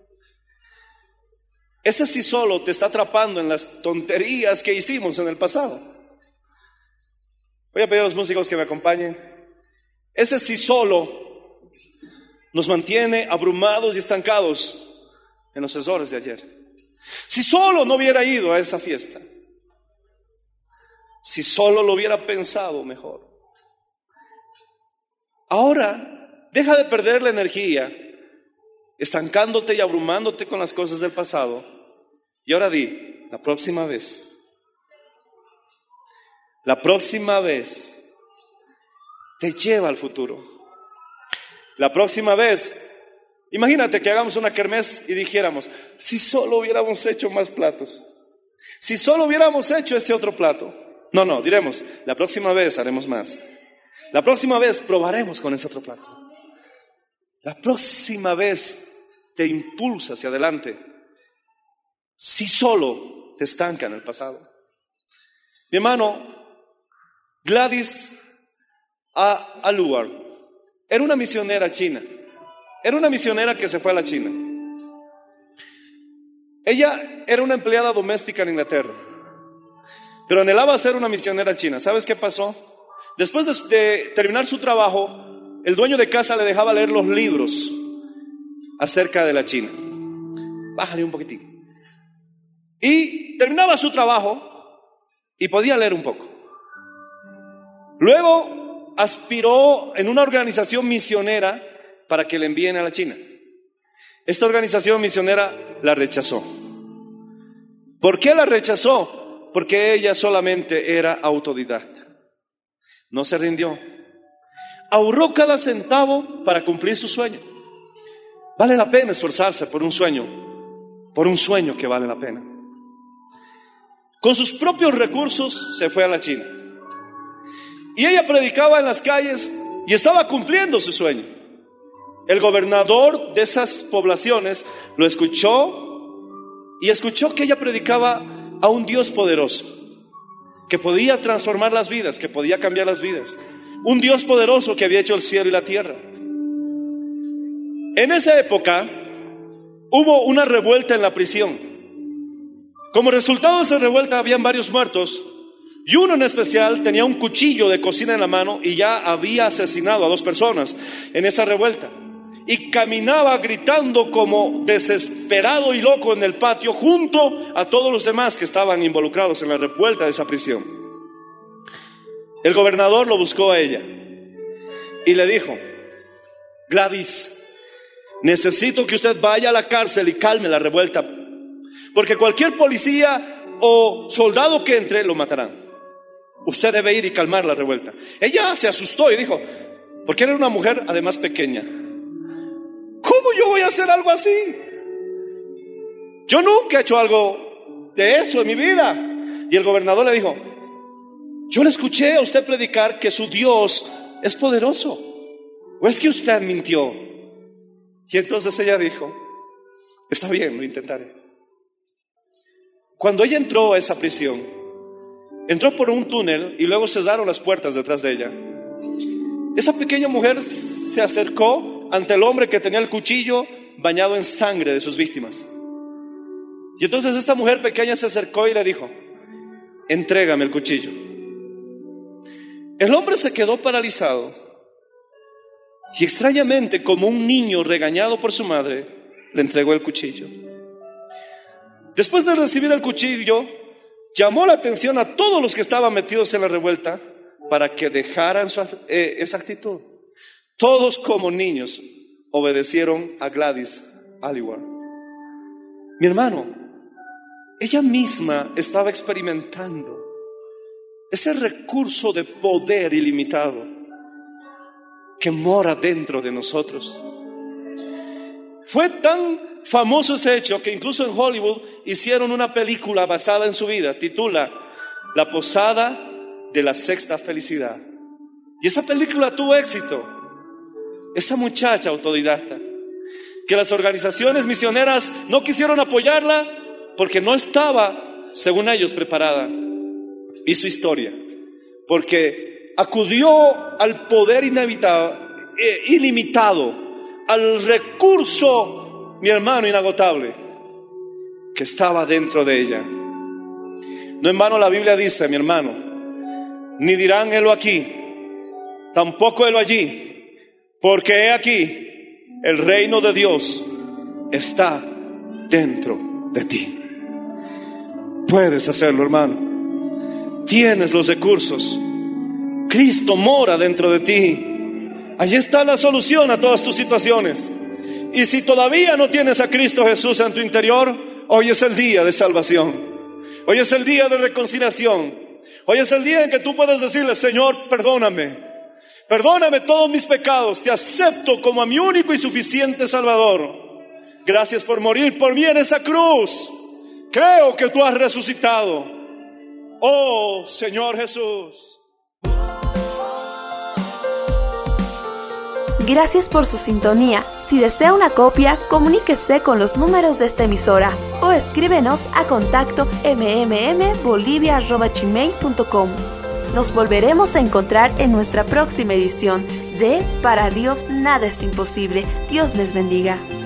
Ese sí solo te está atrapando en las tonterías que hicimos en el pasado. Voy a pedir a los músicos que me acompañen. Ese sí solo nos mantiene abrumados y estancados en los errores de ayer. Si solo no hubiera ido a esa fiesta, si solo lo hubiera pensado mejor. Ahora, deja de perder la energía estancándote y abrumándote con las cosas del pasado. Y ahora di: la próxima vez. La próxima vez te lleva al futuro. La próxima vez, imagínate que hagamos una kermés y dijéramos: si solo hubiéramos hecho más platos, si solo hubiéramos hecho ese otro plato. No, no, diremos: la próxima vez haremos más. La próxima vez probaremos con ese otro plato. La próxima vez te impulsa hacia adelante. Si solo te estanca en el pasado. Mi hermano, Gladys Aluar era una misionera china. Era una misionera que se fue a la China. Ella era una empleada doméstica en Inglaterra, pero anhelaba ser una misionera china. ¿Sabes qué pasó? Después de, de terminar su trabajo, el dueño de casa le dejaba leer los libros acerca de la China. Bájale un poquitín. Y terminaba su trabajo y podía leer un poco. Luego aspiró en una organización misionera para que le envíen a la China. Esta organización misionera la rechazó. ¿Por qué la rechazó? Porque ella solamente era autodidacta. No se rindió. Ahorró cada centavo para cumplir su sueño. Vale la pena esforzarse por un sueño, por un sueño que vale la pena. Con sus propios recursos se fue a la China. Y ella predicaba en las calles y estaba cumpliendo su sueño. El gobernador de esas poblaciones lo escuchó y escuchó que ella predicaba a un Dios poderoso, que podía transformar las vidas, que podía cambiar las vidas. Un Dios poderoso que había hecho el cielo y la tierra. En esa época hubo una revuelta en la prisión. Como resultado de esa revuelta habían varios muertos, y uno en especial tenía un cuchillo de cocina en la mano y ya había asesinado a dos personas en esa revuelta. Y caminaba gritando como desesperado y loco en el patio junto a todos los demás que estaban involucrados en la revuelta de esa prisión. El gobernador lo buscó a ella y le dijo: Gladys, necesito que usted vaya a la cárcel y calme la revuelta, porque cualquier policía o soldado que entre lo matarán. Usted debe ir y calmar la revuelta. Ella se asustó y dijo, porque era una mujer además pequeña, ¿cómo yo voy a hacer algo así? Yo nunca he hecho algo de eso en mi vida. Y el gobernador le dijo, yo le escuché a usted predicar que su Dios es poderoso, ¿o es que usted mintió? Y entonces ella dijo, está bien, lo intentaré. Cuando ella entró a esa prisión, entró por un túnel y luego cerraron las puertas detrás de ella. Esa pequeña mujer se acercó ante el hombre que tenía el cuchillo bañado en sangre de sus víctimas. Y entonces esta mujer pequeña se acercó y le dijo, entrégame el cuchillo. El hombre se quedó paralizado y extrañamente, como un niño regañado por su madre, le entregó el cuchillo. Después de recibir el cuchillo, llamó la atención a todos los que estaban metidos en la revuelta para que dejaran su, eh, esa actitud. Todos como niños obedecieron a Gladys Aylward. Mi hermano, ella misma estaba experimentando ese recurso de poder ilimitado que mora dentro de nosotros. Fue tan famoso ese hecho que incluso en Hollywood hicieron una película basada en su vida, titula La Posada de la Sexta Felicidad. Y esa película tuvo éxito. Esa muchacha autodidacta, que las organizaciones misioneras no quisieron apoyarla porque no estaba, según ellos, preparada. Y su historia, porque acudió al poder inevitable, eh, ilimitado, al recurso, mi hermano, inagotable, que estaba dentro de ella. No en vano la Biblia dice, mi hermano, ni dirán helo aquí, tampoco helo allí, porque he aquí, el reino de Dios está dentro de ti. Puedes hacerlo, hermano. Tienes los recursos. Cristo mora dentro de ti. Allí está la solución a todas tus situaciones. Y si todavía no tienes a Cristo Jesús en tu interior, hoy es el día de salvación. Hoy es el día de reconciliación. Hoy es el día en que tú puedes decirle, Señor, perdóname. Perdóname todos mis pecados. Te acepto como a mi único y suficiente Salvador. Gracias por morir por mí en esa cruz. Creo que tú has resucitado. Oh, Señor Jesús. Gracias por su sintonía. Si desea una copia, comuníquese con los números de esta emisora o escríbenos a contacto m m m bolivia arroba gmail punto com. Nos volveremos a encontrar en nuestra próxima edición de Para Dios Nada es Imposible. Dios les bendiga.